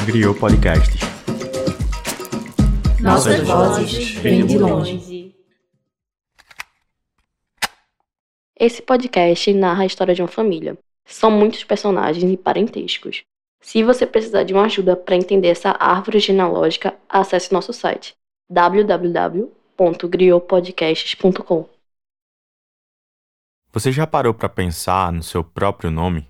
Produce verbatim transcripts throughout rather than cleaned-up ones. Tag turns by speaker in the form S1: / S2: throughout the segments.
S1: Griot Podcasts.
S2: Nossas vozes vêm de longe.
S3: Esse podcast narra a história de uma família. São muitos personagens e parentescos. Se você precisar de uma ajuda para entender essa árvore genealógica, acesse nosso site w w w ponto griot podcasts ponto com.
S1: Você já parou para pensar no seu próprio nome?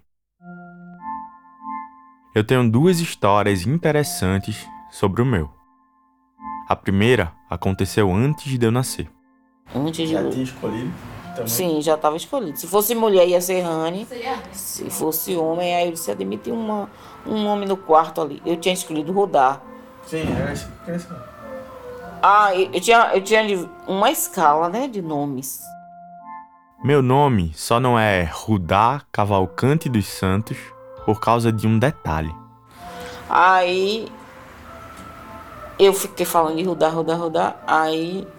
S1: Eu tenho duas histórias interessantes sobre o meu. A primeira aconteceu antes de eu nascer.
S2: Antes de...
S4: Já tinha escolhido? Também.
S2: Sim, já estava escolhido. Se fosse mulher, ia ser Rani. Se fosse homem, aí ele se admitiu uma, um nome no quarto ali. Eu tinha escolhido Rodar.
S4: Sim, era isso que eu queria saber.
S2: Ah, eu, eu tinha, eu tinha uma escala, né, de nomes.
S1: Meu nome só não é Rudá Cavalcante dos Santos por causa de um detalhe.
S2: Aí eu fiquei falando de Rodar, Rodar, Rodar. Aí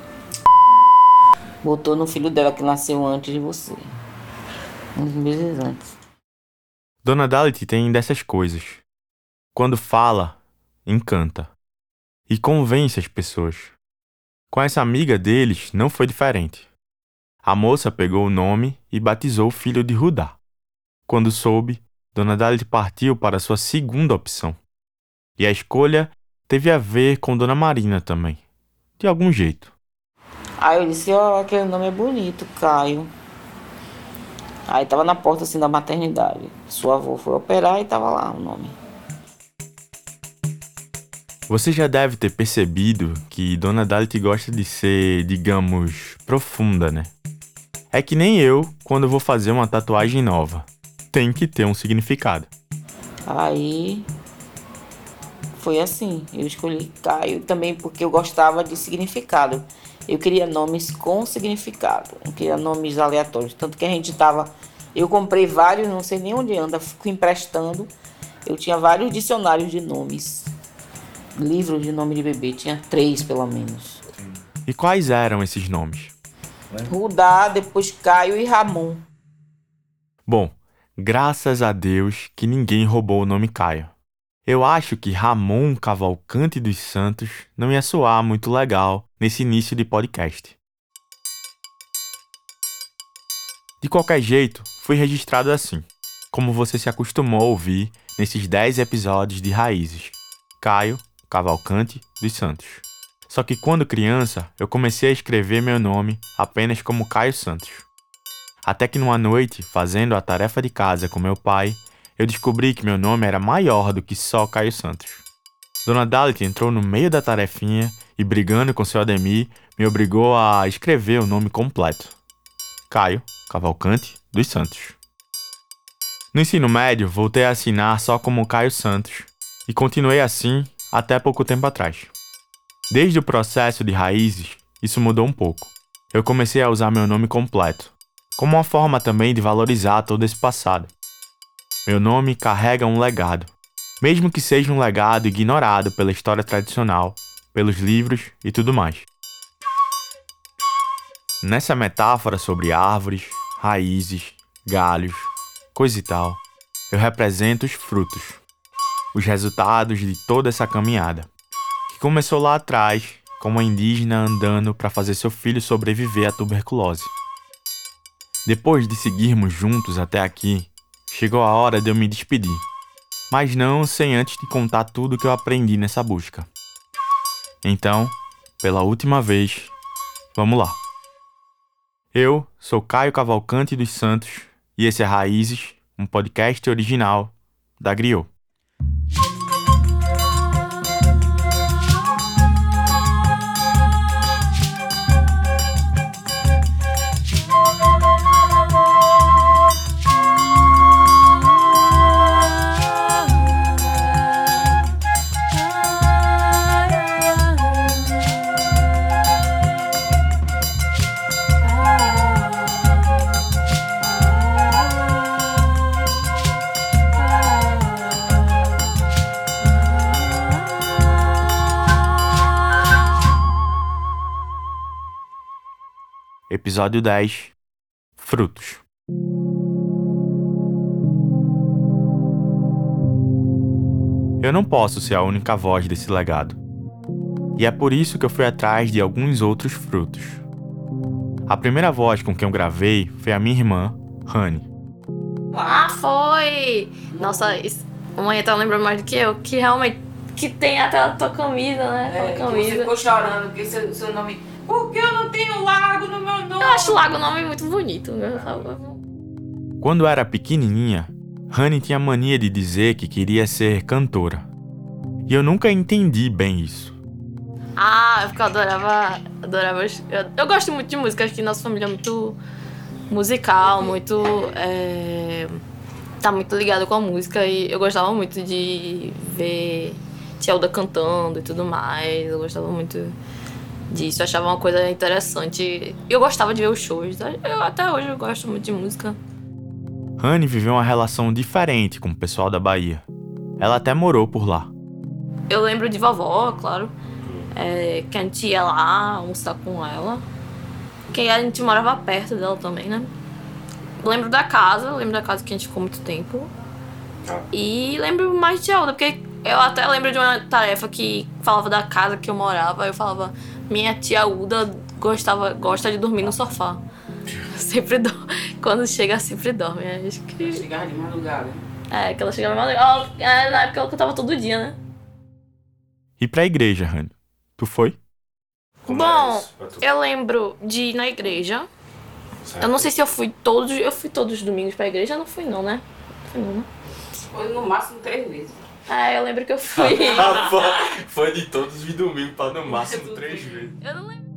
S2: botou no filho dela que nasceu antes de você. Uns meses antes.
S1: Dona Dalit tem dessas coisas. Quando fala, encanta. E convence as pessoas. Com essa amiga deles, não foi diferente. A moça pegou o nome e batizou o filho de Rudá. Quando soube, Dona Dalit partiu para sua segunda opção. E a escolha teve a ver com Dona Marina também. De algum jeito.
S2: Aí eu disse, ó, oh, aquele nome é bonito, Caio. Aí tava na porta assim da maternidade. Sua avó foi operar e tava lá o nome.
S1: Você já deve ter percebido que Dona Dalit gosta de ser, digamos, profunda, né? É que nem eu quando vou fazer uma tatuagem nova. Tem que ter um significado.
S2: Aí foi assim, eu escolhi Caio também porque eu gostava de significado. Eu queria nomes com significado, não queria nomes aleatórios. Tanto que a gente tava... Eu comprei vários, não sei nem onde anda, fico emprestando. Eu tinha vários dicionários de nomes. Livros de nome de bebê, tinha três pelo menos.
S1: E quais eram esses nomes?
S2: Rudá, depois Caio e Ramon.
S1: Bom, graças a Deus que ninguém roubou o nome Caio. Eu acho que Ramon Cavalcante dos Santos não ia soar muito legal nesse início de podcast. De qualquer jeito, fui registrado assim, como você se acostumou a ouvir nesses dez episódios de Raízes. Caio Cavalcante dos Santos. Só que quando criança, eu comecei a escrever meu nome apenas como Caio Santos. Até que numa noite, fazendo a tarefa de casa com meu pai, eu descobri que meu nome era maior do que só Caio Santos. Dona Dalit entrou no meio da tarefinha e, brigando com seu Ademir, me obrigou a escrever o nome completo. Caio Cavalcante dos Santos. No ensino médio, voltei a assinar só como Caio Santos e continuei assim até pouco tempo atrás. Desde o processo de Raízes, isso mudou um pouco. Eu comecei a usar meu nome completo, como uma forma também de valorizar todo esse passado. Meu nome carrega um legado, mesmo que seja um legado ignorado pela história tradicional, pelos livros e tudo mais. Nessa metáfora sobre árvores, raízes, galhos, coisa e tal, eu represento os frutos, os resultados de toda essa caminhada, que começou lá atrás, com uma indígena andando para fazer seu filho sobreviver à tuberculose. Depois de seguirmos juntos até aqui, chegou a hora de eu me despedir, mas não sem antes de contar tudo que eu aprendi nessa busca. Então, pela última vez, vamos lá. Eu sou Caio Cavalcante dos Santos e esse é Raízes, um podcast original da Griot. Episódio dez. Frutos. Eu não posso ser a única voz desse legado. E é por isso que eu fui atrás de alguns outros frutos. A primeira voz com quem eu gravei foi a minha irmã, Rani.
S3: Ah, foi! Nossa, isso, a mãe tá lembrando mais do que eu, que realmente que tem até a tua camisa, né? Aquela
S2: É, que
S3: camisa.
S2: você ficou chorando porque seu, seu nome... Por que eu não tenho lago no meu nome?
S3: Eu acho Lago um nome muito bonito. Meu.
S1: Quando eu era pequenininha, Rani tinha mania de dizer que queria ser cantora. E eu nunca entendi bem isso.
S3: Ah, porque eu adorava. adorava eu, eu gosto muito de música, acho que nossa família é muito musical, muito. É, tá muito ligado com a música e eu gostava muito de ver Tia Uda cantando e tudo mais. Eu gostava muito disso, eu achava uma coisa interessante. Eu gostava de ver os shows, eu, até hoje eu gosto muito de música.
S1: Rani viveu uma relação diferente com o pessoal da Bahia. Ela até morou por lá.
S3: Eu lembro de vovó, claro, é, que a gente ia lá almoçar com ela. Que a gente morava perto dela também, né? Lembro da casa, lembro da casa que a gente ficou muito tempo. E lembro mais de Tia Uda, porque eu até lembro de uma tarefa que falava da casa que eu morava. Eu falava, minha tia Uda gostava, gosta de dormir no sofá. Sempre dorme. Quando chega, sempre dorme. Acho que...
S2: Chegava de madrugada.
S3: É, que ela chegava de madrugada. É, na época ela cantava todo dia, né?
S1: E pra igreja, Rani? Tu foi?
S5: Como
S3: Bom,
S5: é isso pra tu?
S3: eu lembro de ir na igreja.
S5: Certo.
S3: Eu não sei se eu fui todos... Eu fui todos os domingos pra igreja. Não fui não, né? Não fui não, né?
S2: Foi no máximo três vezes.
S3: É, eu lembro que eu fui.
S5: Foi de todos os domingos pra no máximo três vezes.
S3: Eu não lembro.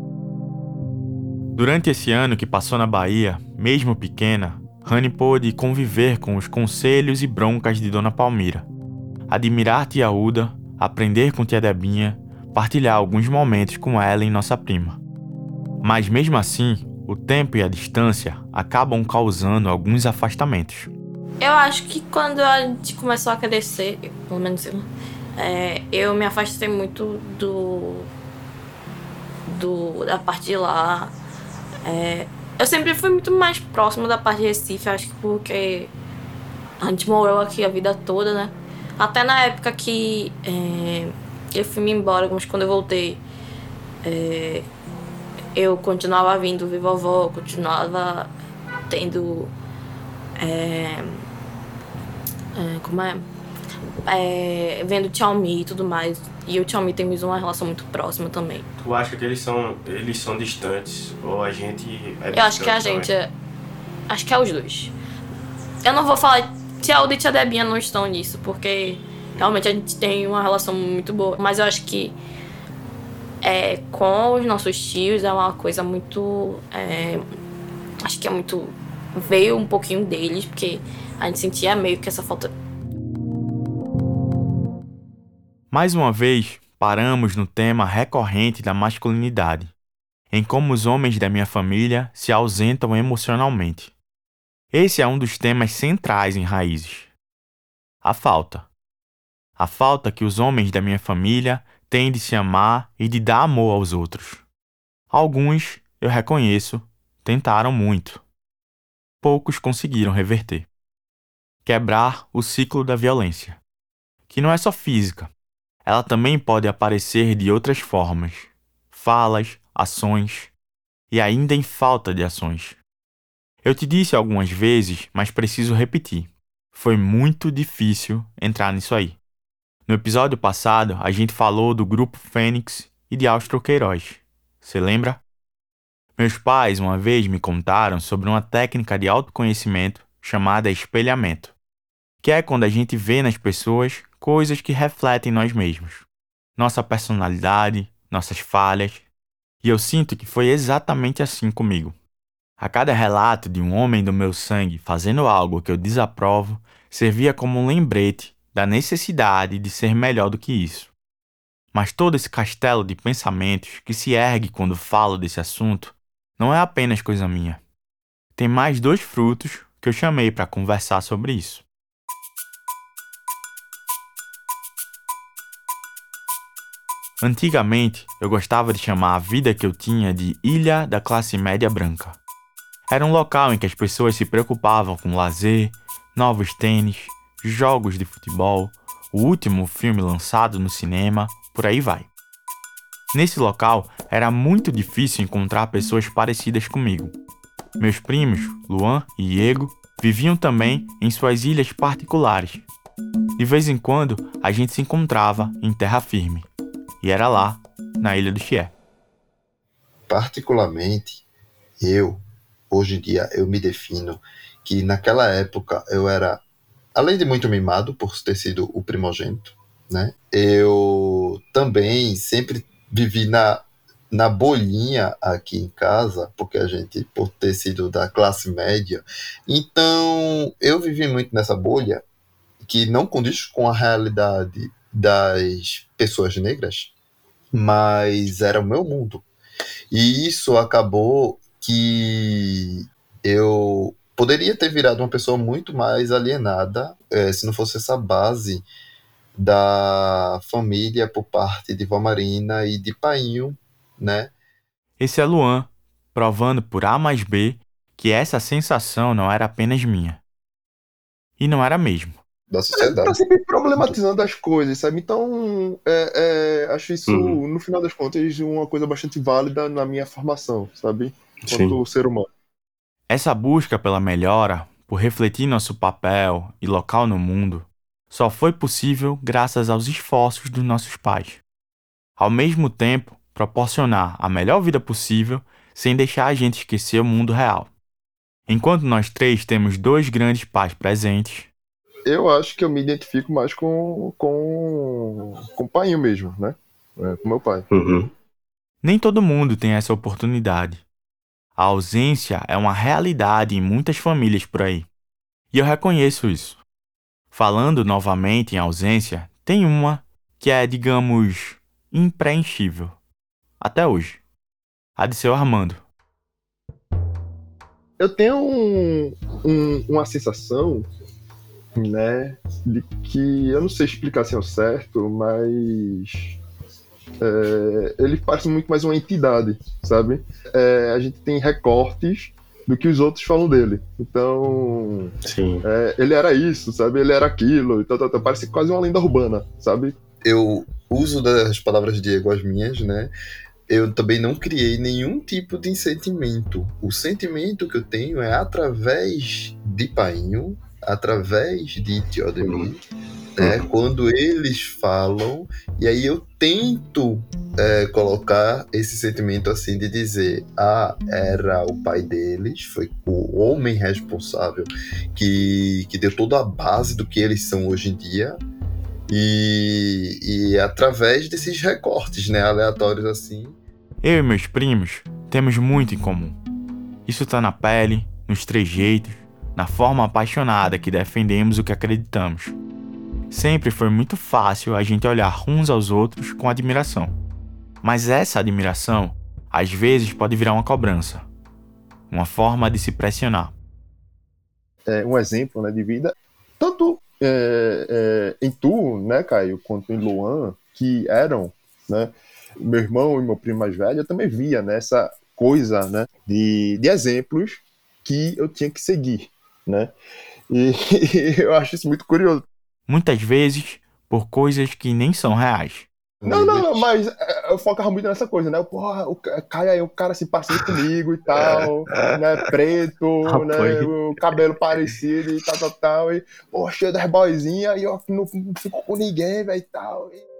S1: Durante esse ano que passou na Bahia, mesmo pequena, Rani pôde conviver com os conselhos e broncas de Dona Palmira, admirar Tia Uda, aprender com Tia Debinha, partilhar alguns momentos com ela e nossa prima. Mas mesmo assim, o tempo e a distância acabam causando alguns afastamentos.
S3: Eu acho que quando a gente começou a crescer, pelo menos eu, é, eu me afastei muito do, do da parte de lá. É, eu sempre fui muito mais próxima da parte de Recife, acho que porque a gente morou aqui a vida toda, né? Até na época que é, eu fui me embora, mas quando eu voltei, é, eu continuava vindo ver vovó, continuava tendo... É, é, como é? É, vendo Xiaomi e tudo mais. E o Xiaomi temos uma relação muito próxima também.
S5: Tu acha que eles são, eles são distantes? Ou a gente é distante?
S3: Eu acho que a
S5: também?
S3: gente é... Acho que é os dois. Eu não vou falar... Tia Uda e Tia Debinha não estão nisso, porque realmente a gente tem uma relação muito boa. Mas eu acho que é, com os nossos tios é uma coisa muito... É, acho que é muito... Veio um pouquinho deles, porque a gente sentia meio que essa falta...
S1: Mais uma vez, paramos no tema recorrente da masculinidade, em como os homens da minha família se ausentam emocionalmente. Esse é um dos temas centrais em Raízes. A falta. A falta que os homens da minha família têm de se amar e de dar amor aos outros. Alguns, eu reconheço, tentaram muito. Poucos conseguiram reverter. Quebrar o ciclo da violência, que não é só física. Ela também pode aparecer de outras formas, falas, ações, e ainda em falta de ações. Eu te disse algumas vezes, mas preciso repetir. Foi muito difícil entrar nisso aí. No episódio passado, a gente falou do Grupo Fênix e de Austro-Queiroz. Você lembra? Meus pais uma vez me contaram sobre uma técnica de autoconhecimento chamada espelhamento, que é quando a gente vê nas pessoas coisas que refletem nós mesmos, nossa personalidade, nossas falhas, e eu sinto que foi exatamente assim comigo. A cada relato de um homem do meu sangue fazendo algo que eu desaprovo, servia como um lembrete da necessidade de ser melhor do que isso. Mas todo esse castelo de pensamentos que se ergue quando falo desse assunto não é apenas coisa minha. Tem mais dois frutos que eu chamei para conversar sobre isso. Antigamente, eu gostava de chamar a vida que eu tinha de Ilha da Classe Média Branca. Era um local em que as pessoas se preocupavam com lazer, novos tênis, jogos de futebol, o último filme lançado no cinema, por aí vai. Nesse local, era muito difícil encontrar pessoas parecidas comigo. Meus primos, Luan e Diego, viviam também em suas ilhas particulares. De vez em quando, a gente se encontrava em terra firme. E era lá, na Ilha do Chié.
S6: Particularmente, eu, hoje em dia, eu me defino que naquela época eu era, além de muito mimado, por ter sido o primogênito, né? Eu também sempre vivi na, na bolinha aqui em casa, porque a gente, por ter sido da classe média, então eu vivi muito nessa bolha, que não condiz com a realidade das pessoas negras, mas era o meu mundo. E isso acabou que eu poderia ter virado uma pessoa muito mais alienada, eh, se não fosse essa base da família por parte de Vó Marina e de Painho, né?
S1: Esse é Luan, provando por A mais B que essa sensação não era apenas minha. E não era mesmo.
S6: Da sociedade.
S7: Tá sempre problematizando as coisas, sabe? Então, é, é, acho isso,
S8: Uhum.
S7: no final das contas, uma coisa bastante válida na minha formação, sabe? Enquanto
S8: Sim.
S7: ser humano.
S1: Essa busca pela melhora, por refletir nosso papel e local no mundo, só foi possível graças aos esforços dos nossos pais. Ao mesmo tempo, proporcionar a melhor vida possível sem deixar a gente esquecer o mundo real. Enquanto nós três temos dois grandes pais presentes,
S7: Eu acho que eu me identifico mais com, com, com o pai mesmo, né? É, com meu pai.
S8: Uhum.
S1: nem todo mundo tem essa oportunidade. A ausência é uma realidade em muitas famílias por aí. E eu reconheço isso. Falando novamente em ausência, tem uma que é, digamos, impreenchível. Até hoje. A de seu Armando.
S7: Eu tenho um, um, uma sensação, né, de que eu não sei explicar assim ao certo, mas é, ele parece muito mais uma entidade, sabe? É, a gente tem recortes do que os outros falam dele. Então,
S8: Sim.
S7: é, ele era isso, sabe? Ele era aquilo, então, então, parece quase uma lenda urbana, sabe?
S6: Eu uso das palavras de Diego as minhas, né? Eu também não criei nenhum tipo de sentimento. O sentimento que eu tenho é através de Painho, através de Teodemir, né? Quando eles falam, e aí eu tento é, colocar esse sentimento assim de dizer, ah, era o pai deles, foi o homem responsável que, que deu toda a base do que eles são hoje em dia. E, e através desses recortes, né, aleatórios assim.
S1: Eu e meus primos temos muito em comum. Isso tá na pele, nos trejeitos, na forma apaixonada que defendemos o que acreditamos. Sempre foi muito fácil a gente olhar uns aos outros com admiração. Mas essa admiração, às vezes, pode virar uma cobrança. Uma forma de se pressionar.
S7: É um exemplo, né, de vida. Tanto é, é, em tu, né, Caio, quanto em Luan, que eram, né, meu irmão e meu primo mais velho, eu também via, né, essa coisa, né, de, de exemplos que eu tinha que seguir, né, e, e eu acho isso muito curioso.
S1: Muitas vezes, por coisas que nem são reais.
S7: Não, não, não, mas eu focava muito nessa coisa, né? Porra, o Caio aí, o cara se parecia comigo e tal, né? Preto,
S8: Ah,
S7: né?
S8: foi.
S7: O cabelo parecido e tal, tal, tal. E, porra, cheio das boizinhas e eu não, não fico com ninguém, velho, e tal. E...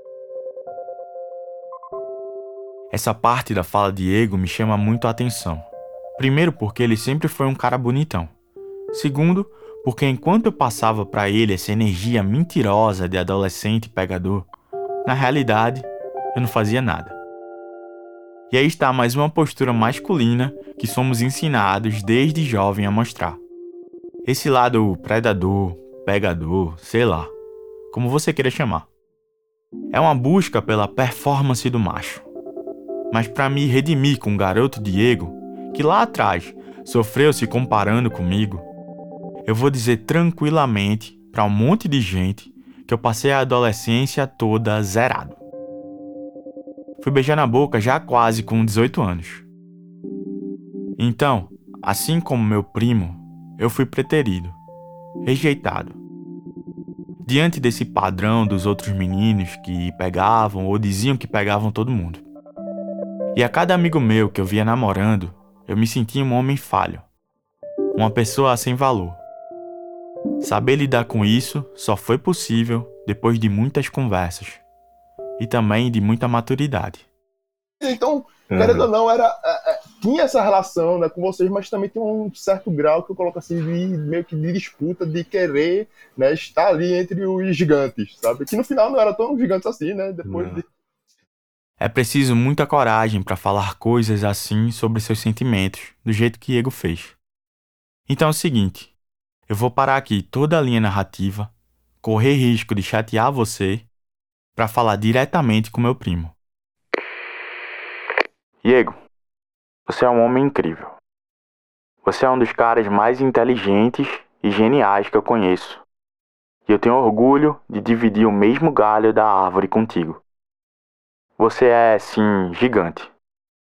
S1: Essa parte da fala de Diego me chama muito a atenção. Primeiro, porque ele sempre foi um cara bonitão. Segundo, porque enquanto eu passava pra ele essa energia mentirosa de adolescente pegador, na realidade, eu não fazia nada. E aí está mais uma postura masculina que somos ensinados desde jovem a mostrar. Esse lado predador, pegador, sei lá, como você queira chamar. É uma busca pela performance do macho. Mas para me redimir com o garoto Diego, que lá atrás sofreu se comparando comigo, eu vou dizer tranquilamente para um monte de gente que eu passei a adolescência toda zerado. Fui beijar na boca já quase com dezoito anos. Então, assim como meu primo, eu fui preterido, rejeitado. diante desse padrão dos outros meninos que pegavam ou diziam que pegavam todo mundo. E a cada amigo meu que eu via namorando, eu me sentia um homem falho, uma pessoa sem valor. Saber lidar com isso só foi possível depois de muitas conversas e também de muita maturidade.
S7: Então, querendo ou não, era, é, é, tinha essa relação, né, com vocês, mas também tem um certo grau que eu coloco assim, de, meio que de disputa, de querer, né, estar ali entre os gigantes, sabe? Que no final não era tão gigantes assim, né? Depois de...
S1: É preciso muita coragem para falar coisas assim sobre seus sentimentos, do jeito que Diego fez. Então é o seguinte, eu vou parar aqui toda a linha narrativa, correr risco de chatear você, para falar diretamente com meu primo. Diego, você é um homem incrível. Você é um dos caras mais inteligentes e geniais que eu conheço. E eu tenho orgulho de dividir o mesmo galho da árvore contigo. Você é, sim, gigante.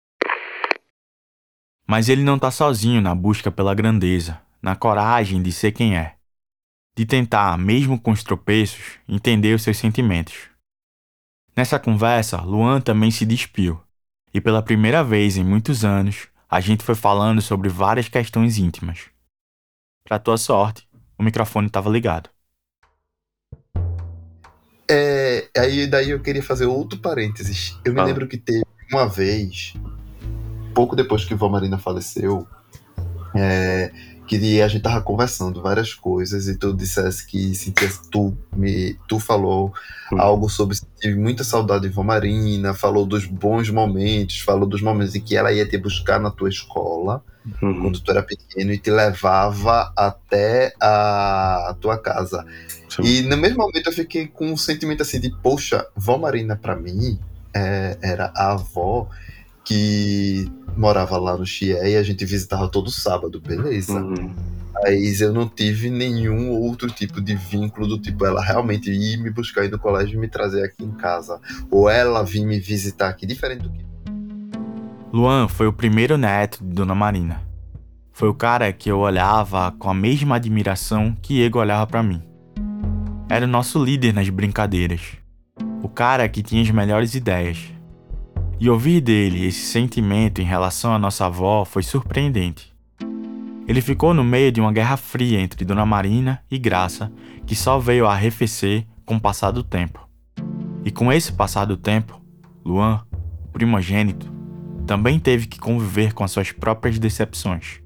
S1: Mas ele não tá sozinho na busca pela grandeza, na coragem de ser quem é. De tentar, mesmo com os tropeços, entender os seus sentimentos. Nessa conversa, Luan também se despiu. E pela primeira vez em muitos anos, a gente foi falando sobre várias questões íntimas. Pra tua sorte, o microfone estava ligado.
S6: É, aí daí eu queria fazer outro parênteses. Eu me
S5: Ah.
S6: lembro que teve uma vez, pouco depois que Vó Marina faleceu, é, que a gente tava conversando várias coisas e tu dissesse que sentia, tu, me, tu falou
S5: Hum.
S6: algo sobre sentir muita saudade de Vó Marina, falou dos bons momentos, falou dos momentos em que ela ia te buscar na tua escola,
S5: Uhum.
S6: quando tu era pequeno, e te levava até a tua casa.
S5: Sim.
S6: E no mesmo momento eu fiquei com um sentimento assim de, poxa, Vó Marina pra mim é, era a avó que morava lá no Chié e a gente visitava todo sábado, beleza.
S5: Uhum.
S6: Mas eu não tive nenhum outro tipo de vínculo do tipo ela realmente ir me buscar aí no colégio e me trazer aqui em casa. Ou ela vir me visitar aqui, diferente do que...
S1: Luan foi o primeiro neto de Dona Marina. Foi o cara que eu olhava com a mesma admiração que Diego olhava pra mim. Era o nosso líder nas brincadeiras. O cara que tinha as melhores ideias. E ouvir dele esse sentimento em relação à nossa avó foi surpreendente. Ele ficou no meio de uma guerra fria entre Dona Marina e Graça, que só veio a arrefecer com o passar do tempo. E com esse passar do tempo, Luan, o primogênito, também teve que conviver com as suas próprias decepções.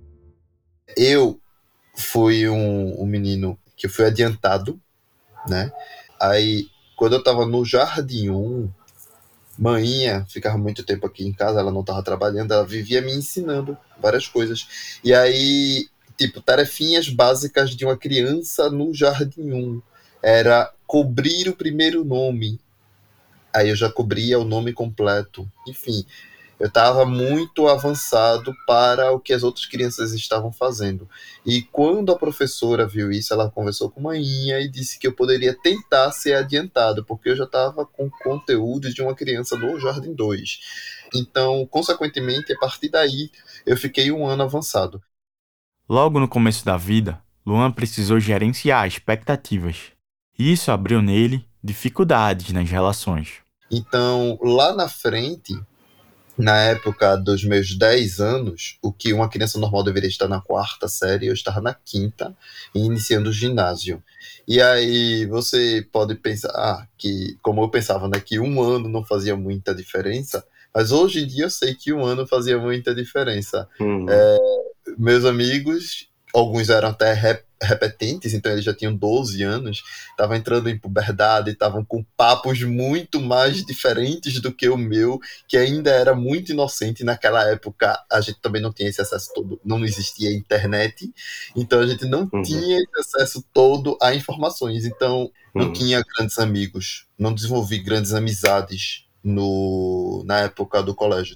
S6: Eu fui um, um menino que foi adiantado, né? Aí, quando eu tava no Jardim um, Maninha ficava muito tempo aqui em casa, ela não tava trabalhando, ela vivia me ensinando várias coisas. E aí, tipo, tarefinhas básicas de uma criança no Jardim um era cobrir o primeiro nome. Aí eu já cobria o nome completo. Enfim, eu estava muito avançado para o que as outras crianças estavam fazendo. E quando a professora viu isso, ela conversou com a Maninha e disse que eu poderia tentar ser adiantado, porque eu já estava com conteúdo de uma criança no Jardim dois. Então, consequentemente, a partir daí, eu fiquei um ano avançado.
S1: Logo no começo da vida, Luan precisou gerenciar expectativas. E isso abriu nele dificuldades nas relações.
S6: Então, lá na frente, na época dos meus dez anos, o que uma criança normal deveria estar na quarta série, eu estava na quinta, iniciando o ginásio. E aí você pode pensar, ah, que, como eu pensava, né, que um ano não fazia muita diferença, mas hoje em dia eu sei que um ano fazia muita diferença.
S5: Uhum.
S6: É, meus amigos, alguns eram até rep- repetentes, então eles já tinham doze anos, estavam entrando em puberdade, estavam com papos muito mais diferentes do que o meu, que ainda era muito inocente. Naquela época a gente também não tinha esse acesso todo, não existia internet, então a gente não
S5: Uhum.
S6: tinha esse acesso todo a informações, então não
S5: Uhum.
S6: tinha grandes amigos, não desenvolvi grandes amizades no, na época do colégio.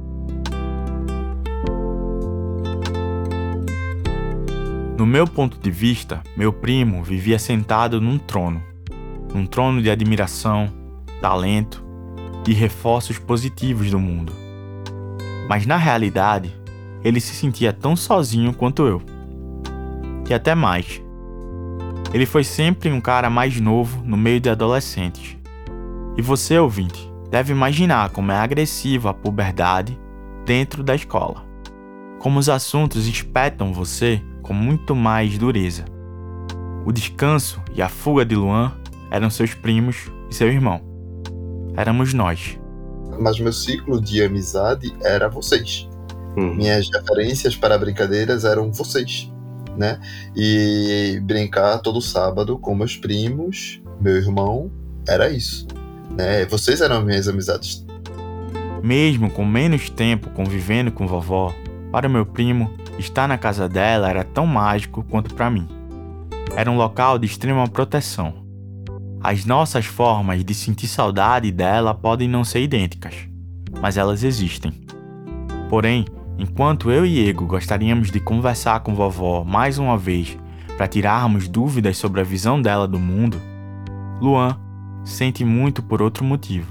S1: No meu ponto de vista, meu primo vivia sentado num trono. Num trono de admiração, talento e reforços positivos do mundo. Mas na realidade, ele se sentia tão sozinho quanto eu. E até mais. Ele foi sempre um cara mais novo no meio de adolescentes. E você, ouvinte, deve imaginar como é agressiva a puberdade dentro da escola. Como os assuntos espetam você com muito mais dureza. O descanso e a fuga de Luan eram seus primos e seu irmão. Éramos nós.
S6: Mas meu ciclo de amizade era vocês.
S7: Uhum.
S6: Minhas referências para brincadeiras eram vocês, né? E brincar todo sábado com meus primos, meu irmão, era isso, né? Vocês eram minhas amizades.
S1: Mesmo com menos tempo convivendo com vovó, para meu primo, estar na casa dela era tão mágico quanto para mim. Era um local de extrema proteção. As nossas formas de sentir saudade dela podem não ser idênticas, mas elas existem. Porém, enquanto eu e Ego gostaríamos de conversar com vovó mais uma vez para tirarmos dúvidas sobre a visão dela do mundo, Luan sente muito por outro motivo.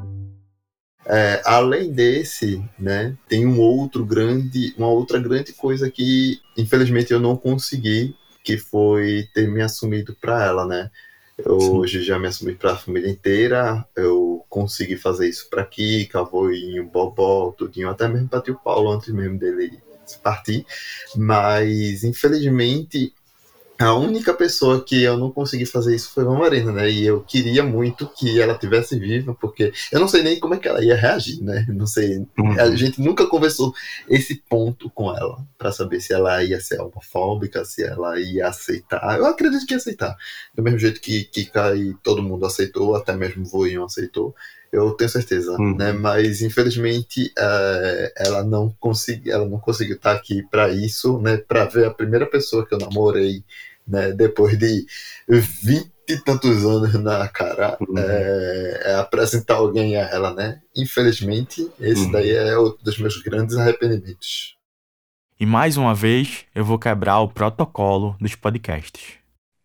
S6: É, além desse, né, tem um outro grande, uma outra grande coisa que, infelizmente, eu não consegui, que foi ter me assumido para ela, né? Eu
S7: Sim.
S6: hoje já me assumi para a família inteira, eu consegui fazer isso para Kika, Voinho, Bobó, tudinho, até mesmo para tio Paulo, antes mesmo dele partir, mas, infelizmente, a única pessoa que eu não consegui fazer isso foi a Marina, né? E eu queria muito que ela tivesse viva, porque eu não sei nem como é que ela ia reagir, né? Não sei.
S7: Uhum.
S6: A gente nunca conversou esse ponto com ela, para saber se ela ia ser homofóbica, se ela ia aceitar. Eu acredito que ia aceitar. Do mesmo jeito que Kika e todo mundo aceitou, até mesmo o Voinho aceitou. Eu tenho certeza,
S7: Uhum.
S6: né? Mas infelizmente é, ela não conseguiu, ela não conseguiu estar aqui para isso, né? Para ver a primeira pessoa que eu namorei, né? Depois de vinte e tantos anos na cara,
S7: Uhum.
S6: é, é apresentar alguém a ela, né? Infelizmente, esse
S7: Uhum.
S6: daí é outro dos meus grandes arrependimentos.
S1: E mais uma vez, eu vou quebrar o protocolo dos podcasts.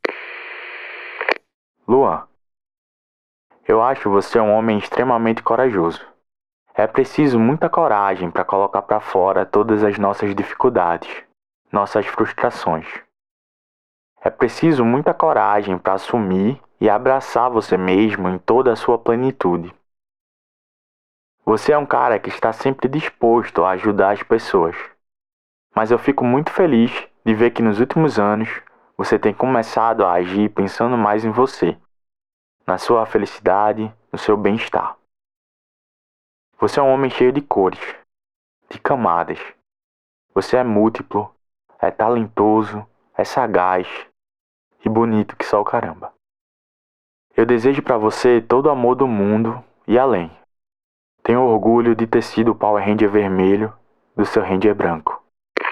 S1: Luan, eu acho você um homem extremamente corajoso. É preciso muita coragem para colocar para fora todas as nossas dificuldades, nossas frustrações. É preciso muita coragem para assumir e abraçar você mesmo em toda a sua plenitude. Você é um cara que está sempre disposto a ajudar as pessoas. Mas eu fico muito feliz de ver que nos últimos anos você tem começado a agir pensando mais em você, na sua felicidade, no seu bem-estar. Você é um homem cheio de cores, de camadas. Você é múltiplo, é talentoso, é sagaz e bonito que só o caramba. Eu desejo para você todo o amor do mundo e além. Tenho orgulho de ter sido o Power Ranger vermelho do seu Ranger branco.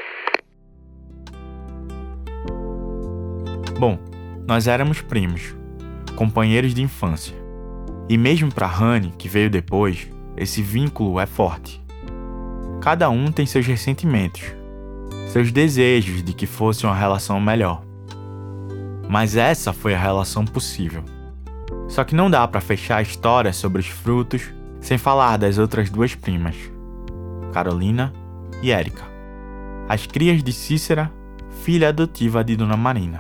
S1: Bom, nós éramos primos, companheiros de infância. E mesmo para Honey, que veio depois, esse vínculo é forte. Cada um tem seus ressentimentos, seus desejos de que fosse uma relação melhor. Mas essa foi a relação possível. Só que não dá para fechar a história sobre os frutos sem falar das outras duas primas, Carolina e Érica, as crias de Cícera, filha adotiva de Dona Marina.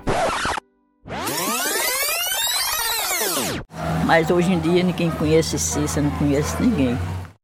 S8: Mas hoje em dia ninguém conhece Cícera, não conhece ninguém.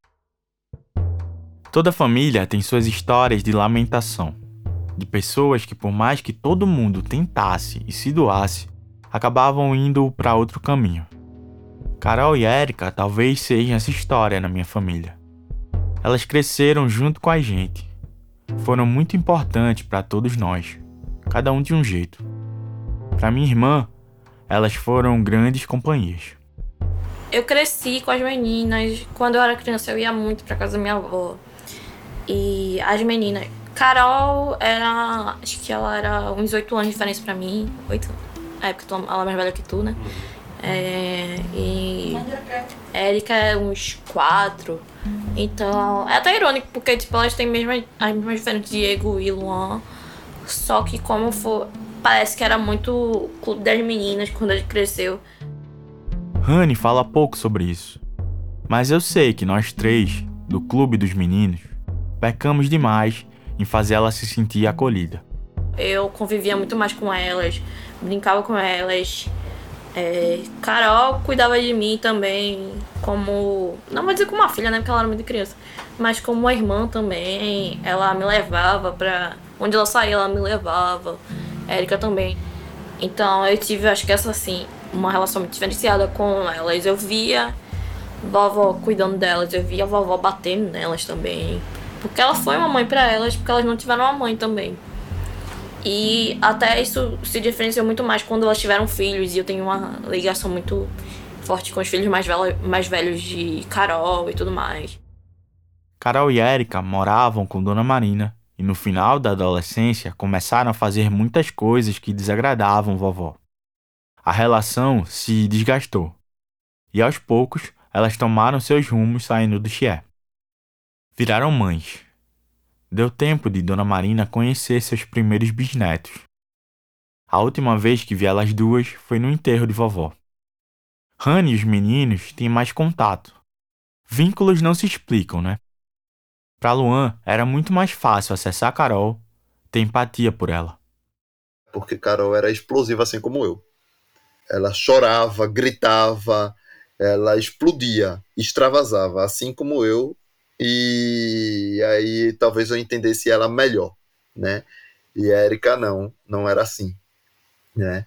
S1: Toda família tem suas histórias de lamentação, de pessoas que por mais que todo mundo tentasse e se doasse, acabavam indo para outro caminho. Carol e Érica talvez sejam essa história na minha família. Elas cresceram junto com a gente. Foram muito importantes para todos nós, cada um de um jeito. Para minha irmã, elas foram grandes companhias.
S3: Eu cresci com as meninas. Quando eu era criança, eu ia muito pra casa da minha avó. E as meninas... Carol era... Acho que ela era uns oito anos de diferença pra mim. Oito? É, porque ela é mais velha que tu, né? É, e... Érica é uns quatro. Então... É até irônico, porque tipo, elas têm mesmo, as mesmas diferenças de Diego e Luan. Só que como for... Parece que era muito clube das meninas quando a gente cresceu.
S1: Honey fala pouco sobre isso. Mas eu sei que nós três, do Clube dos Meninos, pecamos demais em fazer ela se sentir acolhida.
S3: Eu convivia muito mais com elas, brincava com elas. É, Carol cuidava de mim também, como... Não vou dizer como uma filha, né? Porque ela era muito criança. Mas como uma irmã também. Ela me levava pra... Onde ela saía, ela me levava. Érica também. Então eu tive, acho que essa, assim, uma relação muito diferenciada com elas. Eu via vovó cuidando delas, eu via a vovó batendo nelas também. Porque ela foi uma mãe pra elas, porque elas não tiveram uma mãe também. E até isso se diferenciou muito mais quando elas tiveram filhos. E eu tenho uma ligação muito forte com os filhos mais, velho, mais velhos de Carol e tudo mais.
S1: Carol e Érica moravam com Dona Marina e no final da adolescência começaram a fazer muitas coisas que desagradavam vovó. A relação se desgastou e aos poucos elas tomaram seus rumos saindo do Chié. Viraram mães. Deu tempo de Dona Marina conhecer seus primeiros bisnetos. A última vez que vi elas duas foi no enterro de vovó. Rani e os meninos têm mais contato. Vínculos não se explicam, né? Para Luan, era muito mais fácil acessar a Carol, ter empatia por ela.
S6: Porque Carol era explosiva assim como eu. Ela chorava, gritava, ela explodia, extravasava, assim como eu. E aí talvez eu entendesse ela melhor, né? E a Érica não, não era assim, né?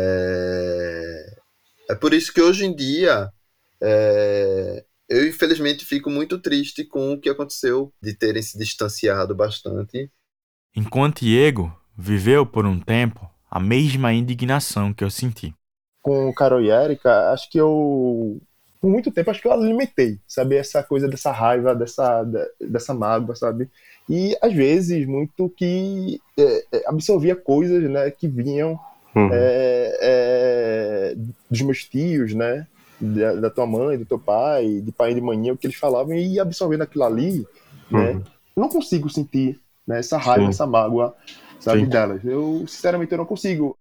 S6: É, é por isso que hoje em dia é... eu infelizmente fico muito triste com o que aconteceu de terem se distanciado bastante.
S1: Enquanto Diego viveu por um tempo a mesma indignação que eu senti.
S7: Com Carol e Érica, acho que eu... por muito tempo, acho que eu alimentei, sabe? Essa coisa dessa raiva, dessa, dessa mágoa, sabe? E, às vezes, muito que é, absorvia coisas, né, que vinham uhum. é, é, dos meus tios, né? Da, da tua mãe, do teu pai, de pai e de manhã, o que eles falavam, e ia absorvendo aquilo ali, né? Uhum. Eu não consigo sentir, né, essa raiva, Sim. essa mágoa, sabe, Sim. delas. Eu, sinceramente, eu não consigo.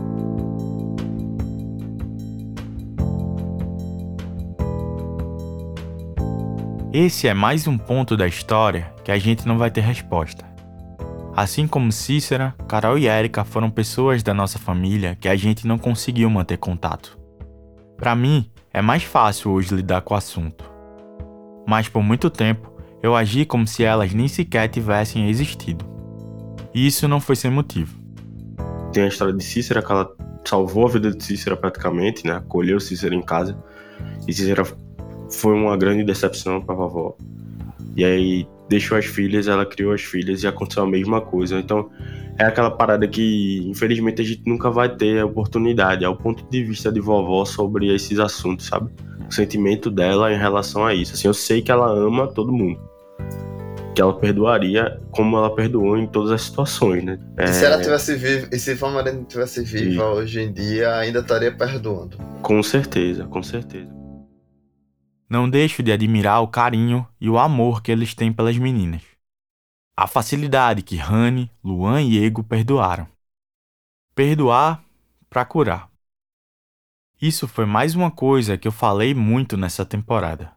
S1: Esse é mais um ponto da história que a gente não vai ter resposta. Assim como Cícera, Carol e Érica foram pessoas da nossa família que a gente não conseguiu manter contato. Para mim, é mais fácil hoje lidar com o assunto. Mas por muito tempo, eu agi como se elas nem sequer tivessem existido. E isso não foi sem motivo.
S5: Tem a história de Cícera, que ela salvou a vida de Cícera praticamente, né? Acolheu Cícera em casa. E Cícera foi uma grande decepção para a vovó. E aí deixou as filhas, ela criou as filhas e aconteceu a mesma coisa. Então é aquela parada que infelizmente a gente nunca vai ter a oportunidade. É o ponto de vista de vovó sobre esses assuntos, sabe? O sentimento dela em relação a isso. Assim, eu sei que ela ama todo mundo, que ela perdoaria como ela perdoou em todas as situações, né?
S6: E é... se ela tivesse viva, e se Vó Marina tivesse viva e... hoje em dia, ainda estaria perdoando.
S5: Com certeza, com certeza.
S1: Não deixo de admirar o carinho e o amor que eles têm pelas meninas. A facilidade que Rani, Luan e Diego perdoaram. Perdoar para curar. Isso foi mais uma coisa que eu falei muito nessa temporada.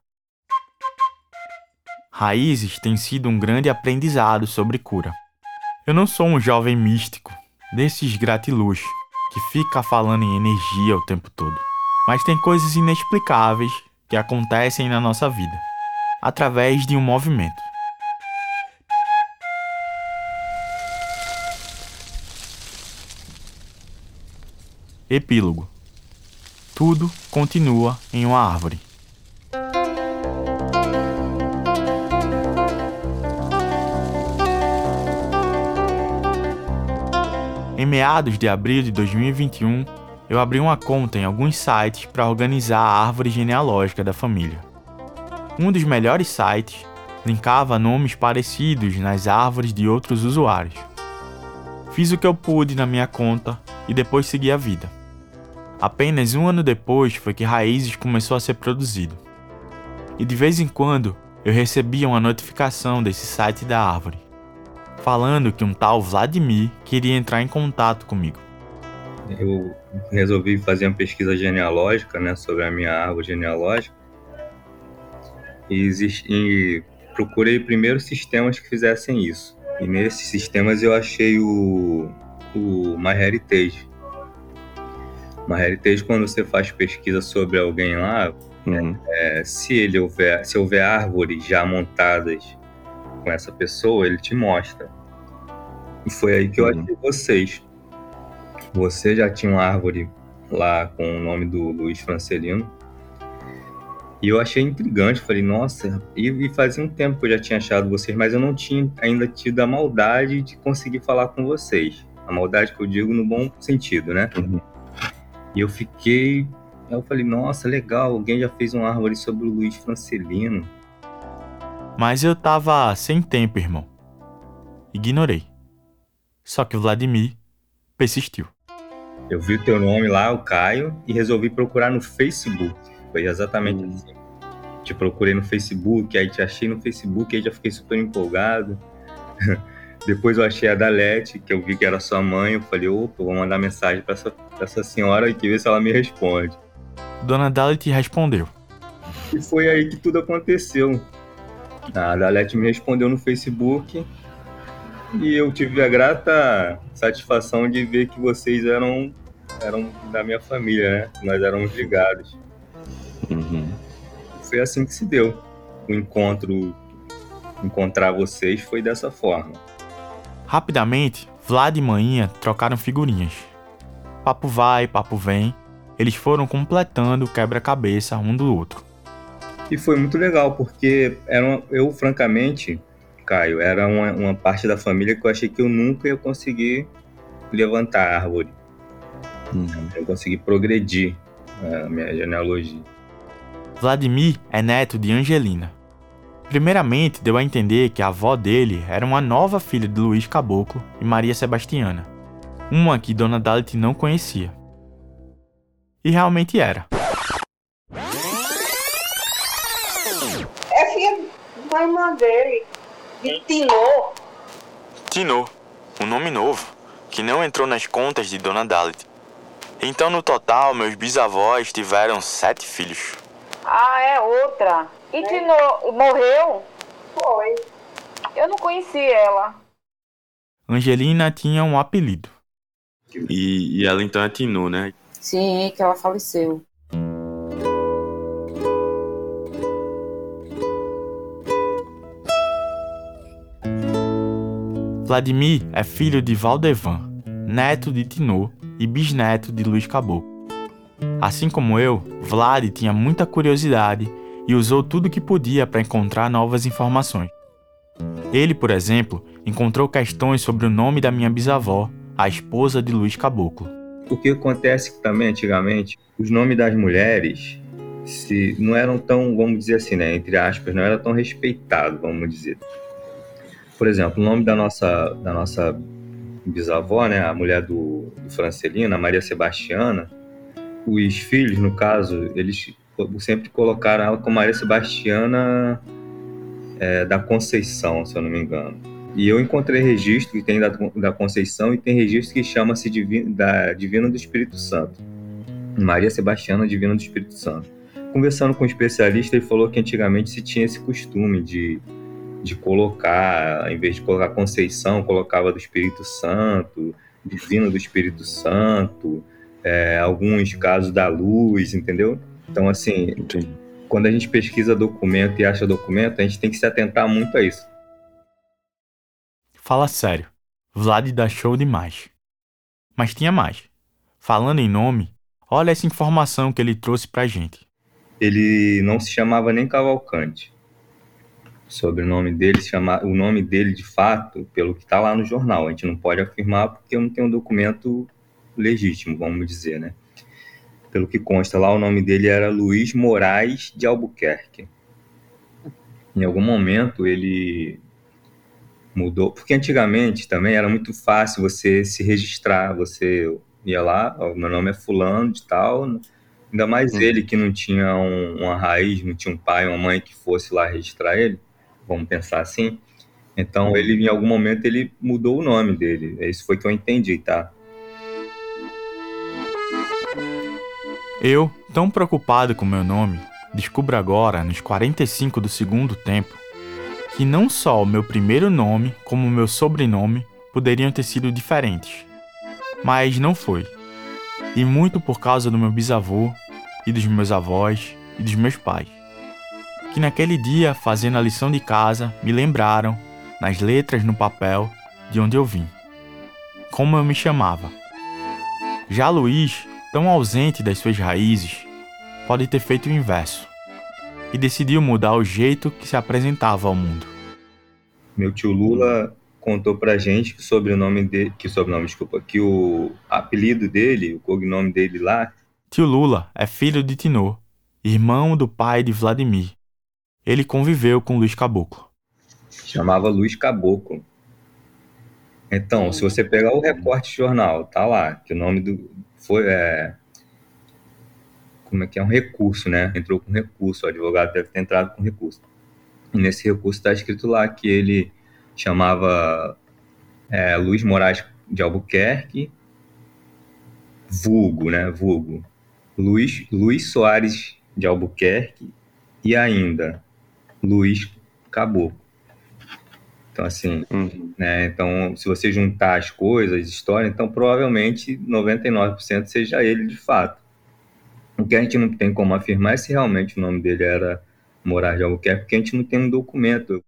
S1: Raízes tem sido um grande aprendizado sobre cura. Eu não sou um jovem místico, desses gratiluz, que fica falando em energia o tempo todo. Mas tem coisas inexplicáveis que acontecem na nossa vida, através de um movimento. Epílogo. Tudo continua em uma árvore. Em meados de abril de dois mil e vinte e um, eu abri uma conta em alguns sites para organizar a árvore genealógica da família. Um dos melhores sites linkava nomes parecidos nas árvores de outros usuários. Fiz o que eu pude na minha conta e depois segui a vida. Apenas um ano depois foi que Raízes começou a ser produzido. E de vez em quando eu recebia uma notificação desse site da árvore, falando que um tal Vladimir queria entrar em contato comigo.
S9: Eu resolvi fazer uma pesquisa genealógica, né, sobre a minha árvore genealógica e, exist... e procurei primeiro sistemas que fizessem isso. E nesses sistemas eu achei o, o MyHeritage. MyHeritage, quando você faz pesquisa sobre alguém lá,
S5: Uhum.
S9: é, se ele houver, se houver árvores já montadas com essa pessoa, ele te mostra. E foi aí que eu
S5: Uhum.
S9: achei vocês. Você já tinha uma árvore lá com o nome do Luiz Francelino. E eu achei intrigante, falei, nossa, e, e fazia um tempo que eu já tinha achado vocês, mas eu não tinha ainda tido a maldade de conseguir falar com vocês. A maldade que eu digo no bom sentido, né?
S5: Uhum.
S9: E eu fiquei, aí eu falei, nossa, legal, alguém já fez uma árvore sobre o Luiz Francelino.
S1: Mas eu tava sem tempo, irmão. Ignorei. Só que o Vladimir persistiu.
S9: Eu vi o teu nome lá, o Caio, e resolvi procurar no Facebook. Foi exatamente
S5: Uhum.
S9: assim. Te procurei no Facebook, aí te achei no Facebook, aí já fiquei super empolgado. Depois eu achei a Dalete, que eu vi que era sua mãe. Eu falei, opa, vou mandar mensagem pra essa, pra essa senhora e ver se ela me responde.
S1: Dona Dalet respondeu.
S9: E foi aí que tudo aconteceu. A Dalete me respondeu no Facebook e eu tive a grata satisfação de ver que vocês eram, eram da minha família, né? Nós éramos ligados.
S5: Uhum.
S9: Foi assim que se deu. O encontro, encontrar vocês foi dessa forma.
S1: Rapidamente, Vlad e Maninha trocaram figurinhas. Papo vai, papo vem. Eles foram completando o quebra-cabeça um do outro.
S9: E foi muito legal, porque era uma, eu, francamente, Caio, era uma, uma parte da família que eu achei que eu nunca ia conseguir levantar a árvore.
S5: Uhum.
S9: Eu consegui progredir a minha genealogia.
S1: Vladimir é neto de Angelina. Primeiramente, deu a entender que a avó dele era uma nova filha de Luiz Caboclo e Maria Sebastiana, uma que Dona Dalet não conhecia. E realmente era.
S10: É filha da irmã dele, de Tinô.
S1: Tinô, um nome novo, que não entrou nas contas de Dona Dalet. Então, no total, meus bisavós tiveram sete filhos.
S2: Ah, é outra. E Tinô morreu?
S10: Foi.
S2: Eu não conheci ela.
S1: Angelina tinha um apelido.
S5: E, e ela então é Tinô, né?
S2: Sim, que ela faleceu.
S1: Vladimir é filho de Valdevan, neto de Tinô e bisneto de Luiz Caboclo. Assim como eu, Vlad tinha muita curiosidade e usou tudo que podia para encontrar novas informações. Ele, por exemplo, encontrou questões sobre o nome da minha bisavó, a esposa de Luiz Caboclo.
S9: O que acontece também antigamente, os nomes das mulheres se, não eram tão, vamos dizer assim, né, entre aspas, não era tão respeitado, vamos dizer. Por exemplo, o nome da nossa, da nossa bisavó, né, a mulher do, do Francelino, a Maria Sebastiana, os filhos, no caso, eles sempre colocaram ela como Maria Sebastiana é, da Conceição, se eu não me engano. E eu encontrei registro que tem da, da Conceição e tem registro que chama-se Divina, da Divina do Espírito Santo. Maria Sebastiana Divina do Espírito Santo. Conversando com um especialista, ele falou que antigamente se tinha esse costume de, de colocar, em vez de colocar Conceição, colocava do Espírito Santo, Divina do Espírito Santo, é, alguns casos da luz, entendeu? Então, assim,
S5: Entendi.
S9: Quando a gente pesquisa documento e acha documento, a gente tem que se atentar muito a isso.
S1: Fala sério, Vlad dá show demais. Mas tinha mais. Falando em nome, olha essa informação que ele trouxe pra gente.
S9: Ele não se chamava nem Cavalcante. O sobrenome dele se chama, o nome dele de fato, pelo que está lá no jornal. A gente não pode afirmar porque eu não tenho um documento legítimo, vamos dizer, né? Pelo que consta lá, o nome dele era Luiz Moraes de Albuquerque. Em algum momento ele mudou, porque antigamente também era muito fácil você se registrar, você ia lá, ó, meu nome é fulano de tal, ainda mais
S5: Uhum.
S9: ele que não tinha um, uma raiz, não tinha um pai, uma mãe que fosse lá registrar ele, vamos pensar assim. Então ele, em algum momento, ele mudou o nome dele, isso foi que eu entendi, tá?
S1: Eu, tão preocupado com meu nome, descubro agora, nos quarenta e cinco do segundo tempo, que não só o meu primeiro nome, como o meu sobrenome, poderiam ter sido diferentes. Mas não foi. E muito por causa do meu bisavô, e dos meus avós, e dos meus pais, que naquele dia, fazendo a lição de casa, me lembraram, nas letras no papel, de onde eu vim. Como eu me chamava. Já Luiz, tão ausente das suas raízes, pode ter feito o inverso, e decidiu mudar o jeito que se apresentava ao mundo.
S9: Meu tio Lula contou pra gente que o sobrenome dele, que sobrenome, desculpa, que o apelido dele, o cognome dele lá...
S1: Tio Lula é filho de Tinô, irmão do pai de Vladimir. Ele conviveu com Luiz Caboclo.
S9: Chamava Luiz Caboclo. Então, se você pegar o recorte de jornal, tá lá, que o nome do... foi... É, como é que é? Um recurso, né? Entrou com recurso, o advogado deve ter entrado com recurso. E nesse recurso está escrito lá que ele chamava é, Luiz Moraes de Albuquerque, vulgo, né? Vulgo. Luiz, Luiz Soares de Albuquerque e ainda Luiz Caboclo. Então, assim, uhum. né? Então, se você juntar as coisas, história, então provavelmente noventa e nove por cento seja ele de fato. O que a gente não tem como afirmar é se realmente o nome dele era Moraes de Albuquerque, porque a gente não tem um documento.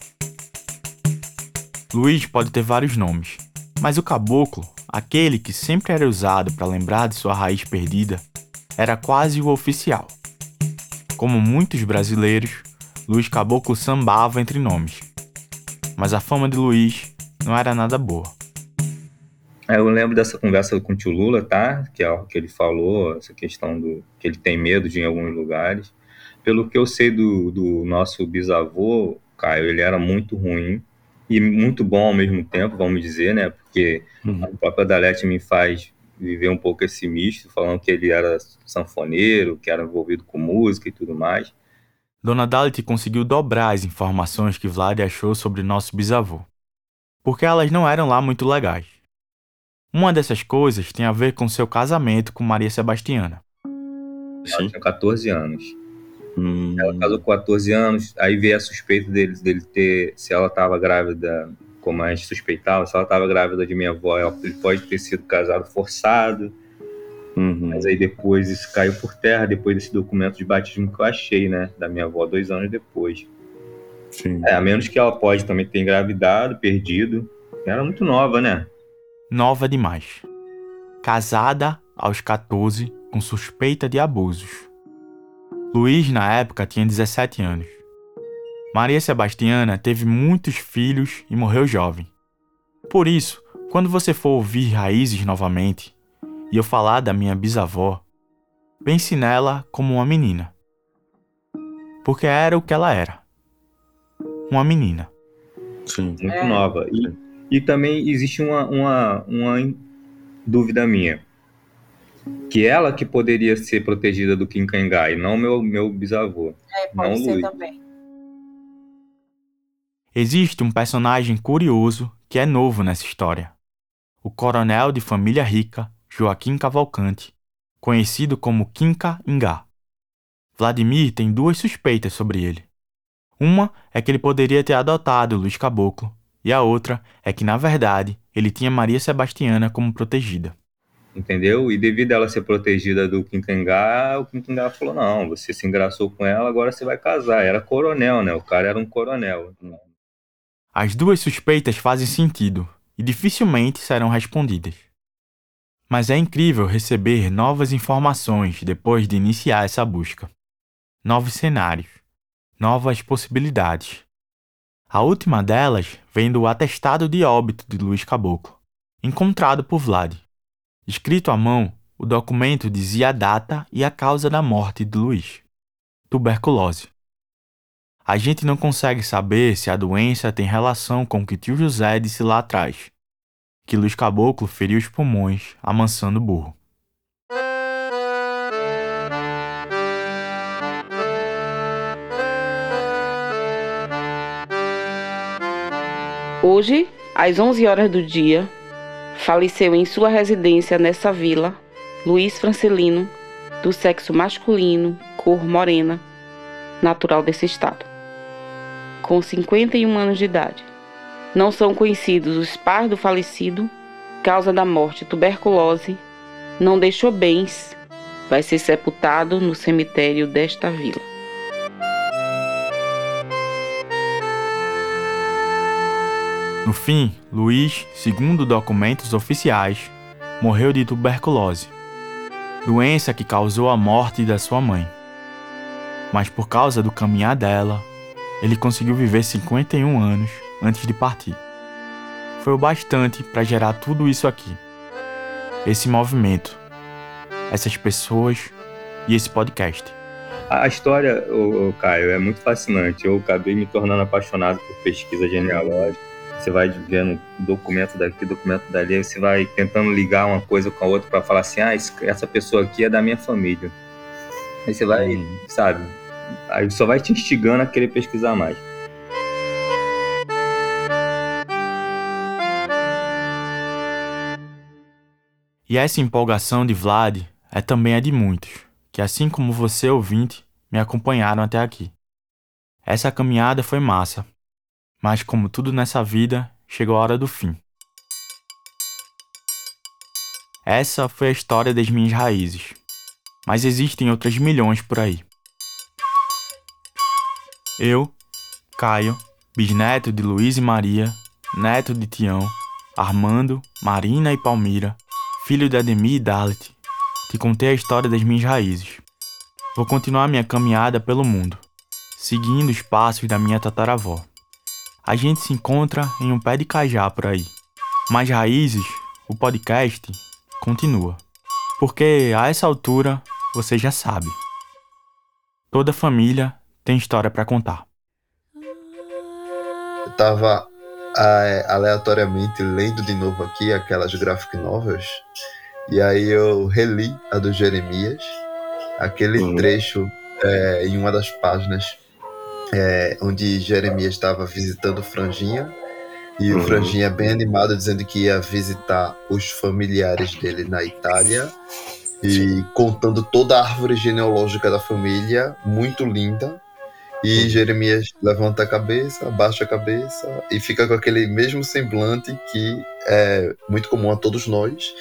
S1: Luiz pode ter vários nomes, mas o caboclo, aquele que sempre era usado para lembrar de sua raiz perdida, era quase o oficial. Como muitos brasileiros, Luiz Caboclo sambava entre nomes. Mas a fama de Luiz não era nada boa.
S9: Eu lembro dessa conversa com o tio Lula, tá? Que é o que ele falou, essa questão do que ele tem medo de ir em alguns lugares. Pelo que eu sei do, do nosso bisavô, Caio, ele era muito ruim e muito bom ao mesmo tempo, vamos dizer, né? Porque uhum. a própria Dalete me faz viver um pouco esse misto, falando que ele era sanfoneiro, que era envolvido com música e tudo mais.
S1: Dona Dalete conseguiu dobrar as informações que Vlad achou sobre nosso bisavô, porque elas não eram lá muito legais. Uma dessas coisas tem a ver com seu casamento com Maria Sebastiana.
S9: Ela tinha catorze anos. Hum. Ela casou com catorze anos, aí veio a suspeita dele, dele ter, se ela estava grávida, como a gente suspeitava, se ela estava grávida de minha avó, ele pode ter sido casado forçado. Uhum. Mas aí depois isso caiu por terra, depois desse documento de batismo que eu achei, né, da minha avó, dois anos depois. Sim. É, a menos que ela pode também ter engravidado, perdido. Era muito nova, né?
S1: Nova demais. Casada aos catorze, com suspeita de abusos. Luiz, na época, tinha dezessete anos. Maria Sebastiana teve muitos filhos e morreu jovem. Por isso, quando você for ouvir Raízes novamente, e eu falar da minha bisavó, pense nela como uma menina. Porque era o que ela era. Uma menina.
S9: Sim, muito é. nova. E, e também existe uma, uma, uma dúvida minha. Que ela que poderia ser protegida do Quincangá e não meu, meu bisavô.
S2: É, pode
S9: não
S2: ser
S9: Luiz.
S2: Também.
S1: Existe um personagem curioso que é novo nessa história. O coronel de família rica, Joaquim Cavalcante, conhecido como Quincangá. Vladimir tem duas suspeitas sobre ele. Uma é que ele poderia ter adotado Luiz Caboclo, e a outra é que, na verdade, ele tinha Maria Sebastiana como protegida.
S9: Entendeu? E devido a ela ser protegida do Quincangá, o Quincangá falou, não, você se engraçou com ela, agora você vai casar. Era coronel, né? O cara era um coronel.
S1: As duas suspeitas fazem sentido e dificilmente serão respondidas. Mas é incrível receber novas informações depois de iniciar essa busca. Novos cenários, novas possibilidades. A última delas vem do atestado de óbito de Luiz Caboclo, encontrado por Vlad. Escrito à mão, o documento dizia a data e a causa da morte de Luiz: tuberculose. A gente não consegue saber se a doença tem relação com o que tio José disse lá atrás, que Luiz Caboclo feriu os pulmões amansando o burro.
S2: Hoje, às onze horas do dia, faleceu em sua residência nessa vila, Luiz Francelino, do sexo masculino, cor morena, natural desse estado, com cinquenta e um anos de idade. Não são conhecidos os pais do falecido causa da morte tuberculose, não deixou bens, vai ser sepultado no cemitério desta vila.
S1: No fim, Luiz, segundo documentos oficiais, morreu de tuberculose, doença que causou a morte da sua mãe. Mas por causa do caminhar dela, ele conseguiu viver cinquenta e um anos antes de partir. Foi o bastante para gerar tudo isso aqui. Esse movimento, essas pessoas e esse podcast.
S9: A história, ô, ô, Caio, é muito fascinante. Eu acabei me tornando apaixonado por pesquisa genealógica. Você vai vendo documento daqui, documento dali, aí você vai tentando ligar uma coisa com a outra para falar assim, ah, essa pessoa aqui é da minha família. Aí você vai, hum. sabe, aí só vai te instigando a querer pesquisar mais.
S1: E essa empolgação de Vlad é também a de muitos, que assim como você, ouvinte, me acompanharam até aqui. Essa caminhada foi massa. Mas como tudo nessa vida, chegou a hora do fim. Essa foi a história das minhas raízes. Mas existem outras milhões por aí. Eu, Caio, bisneto de Luiz e Maria, neto de Tião, Armando, Marina e Palmira, filho de Ademir e Dalit, te contei a história das minhas raízes. Vou continuar minha caminhada pelo mundo, seguindo os passos da minha tataravó. A gente se encontra em um pé de cajá por aí. Mas Raízes, o podcast, continua. Porque a essa altura, você já sabe. Toda família tem história para contar.
S6: Eu tava é, aleatoriamente lendo de novo aqui aquelas graphic novels. E aí eu reli a do Jeremias. Aquele uhum. trecho é, em uma das páginas. É, onde Jeremias estava visitando Franjinha e uhum. o Franjinha bem animado dizendo que ia visitar os familiares dele na Itália e contando toda a árvore genealógica da família, muito linda, e uhum. Jeremias levanta a cabeça, abaixa a cabeça e fica com aquele mesmo semblante que é muito comum a todos nós,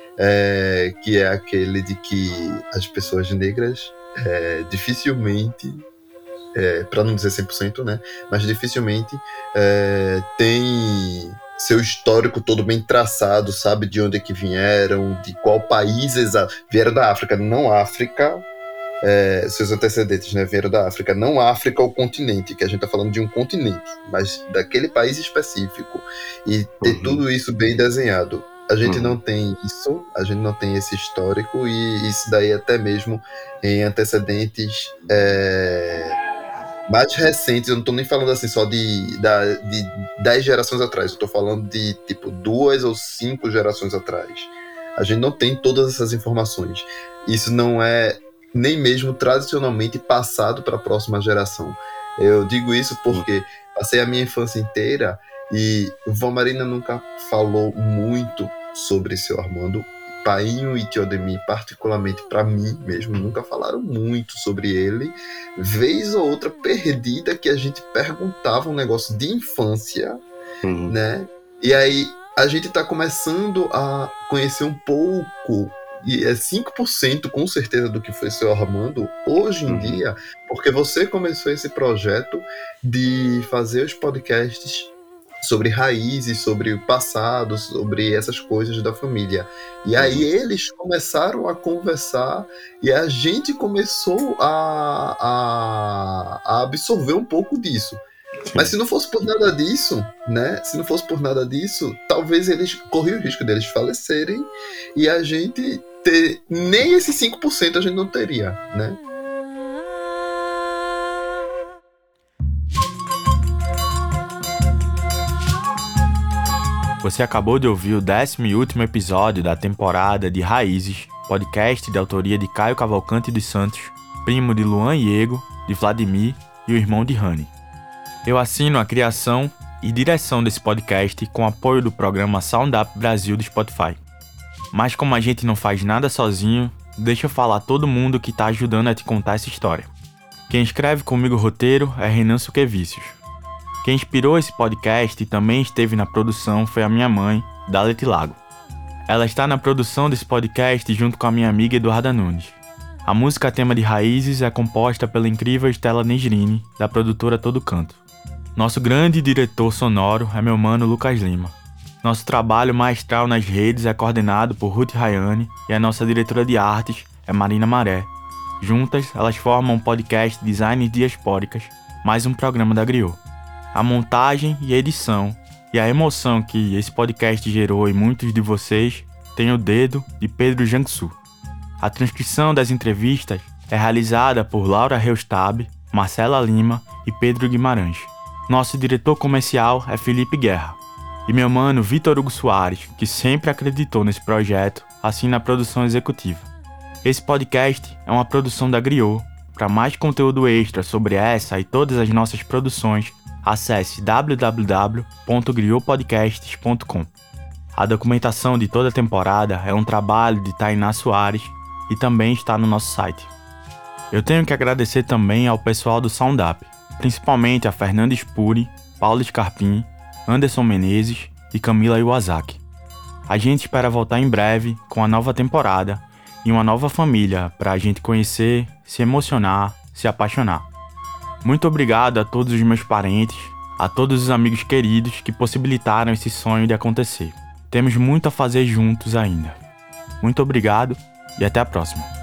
S6: é, que é aquele de que as pessoas negras é, dificilmente É, para não dizer cem por cento, né? Mas dificilmente é, tem seu histórico todo bem traçado, sabe de onde é que vieram, de qual país exato. Vieram da África, não África, é, seus antecedentes, né? Vieram da África, não África, o continente, que a gente tá falando de um continente, mas daquele país específico. E ter uhum. tudo isso bem desenhado. A gente uhum. não tem isso, a gente não tem esse histórico, e isso daí até mesmo em antecedentes é, mais recentes. Eu não tô nem falando assim só de, da, de dez gerações atrás, eu tô falando de tipo duas ou cinco gerações atrás. A gente não tem todas essas informações. Isso não é nem mesmo tradicionalmente passado para a próxima geração. Eu digo isso porque passei a minha infância inteira e Vó Marina nunca falou muito sobre seu Armando. Painho e Tio Ademir, particularmente para mim mesmo, nunca falaram muito sobre ele. Vez ou outra perdida que a gente perguntava um negócio de infância, uhum. né? E aí a gente tá começando a conhecer um pouco, e é cinco por cento com certeza do que foi seu Armando hoje em uhum. dia, porque você começou esse projeto de fazer os podcasts sobre raízes, sobre o passado, sobre essas coisas da família. E aí eles começaram a conversar e a gente começou a, a, a absorver um pouco disso. Sim. Mas se não fosse por nada disso, né? Se não fosse por nada disso, talvez eles corriam o risco deles falecerem e a gente ter nem esses cinco por cento a gente não teria, né?
S1: Você acabou de ouvir o décimo e último episódio da temporada de Raízes, podcast de autoria de Caio Cavalcante dos Santos, primo de Luan Iego, de Vladimir e o irmão de Rani. Eu assino a criação e direção desse podcast com apoio do programa Sound Up Brasil do Spotify. Mas como a gente não faz nada sozinho, deixa eu falar todo mundo que está ajudando a te contar essa história. Quem escreve comigo o roteiro é Renan Suquevicius. Quem inspirou esse podcast e também esteve na produção foi a minha mãe, Dalet Lago. Ela está na produção desse podcast junto com a minha amiga Eduarda Nunes. A música tema de Raízes é composta pela incrível Stella Negrini, da produtora Todo Canto. Nosso grande diretor sonoro é meu mano Lucas Lima. Nosso trabalho maestral nas redes é coordenado por Ruth Rayane e a nossa diretora de artes é Marina Maré. Juntas, elas formam um podcast Designs Diaspóricas, mais um programa da Griot. A montagem e edição e a emoção que esse podcast gerou em muitos de vocês tem o dedo de Pedro Jangsu. A transcrição das entrevistas é realizada por Laura Reustab, Marcela Lima e Pedro Guimarães. Nosso diretor comercial é Felipe Guerra. E meu mano Vitor Hugo Soares, que sempre acreditou nesse projeto, assina a produção executiva. Esse podcast é uma produção da Griot. Para mais conteúdo extra sobre essa e todas as nossas produções, acesse w w w ponto griot podcasts ponto com. A documentação de toda a temporada é um trabalho de Tainá Soares e também está no nosso site. Eu tenho que agradecer também ao pessoal do SoundUp, principalmente a Fernanda Spuri, Paulo Scarpim, Anderson Menezes e Camila Iwasaki. A gente espera voltar em breve com a nova temporada e uma nova família para a gente conhecer, se emocionar, se apaixonar. Muito obrigado a todos os meus parentes, a todos os amigos queridos que possibilitaram esse sonho de acontecer. Temos muito a fazer juntos ainda. Muito obrigado e até a próxima.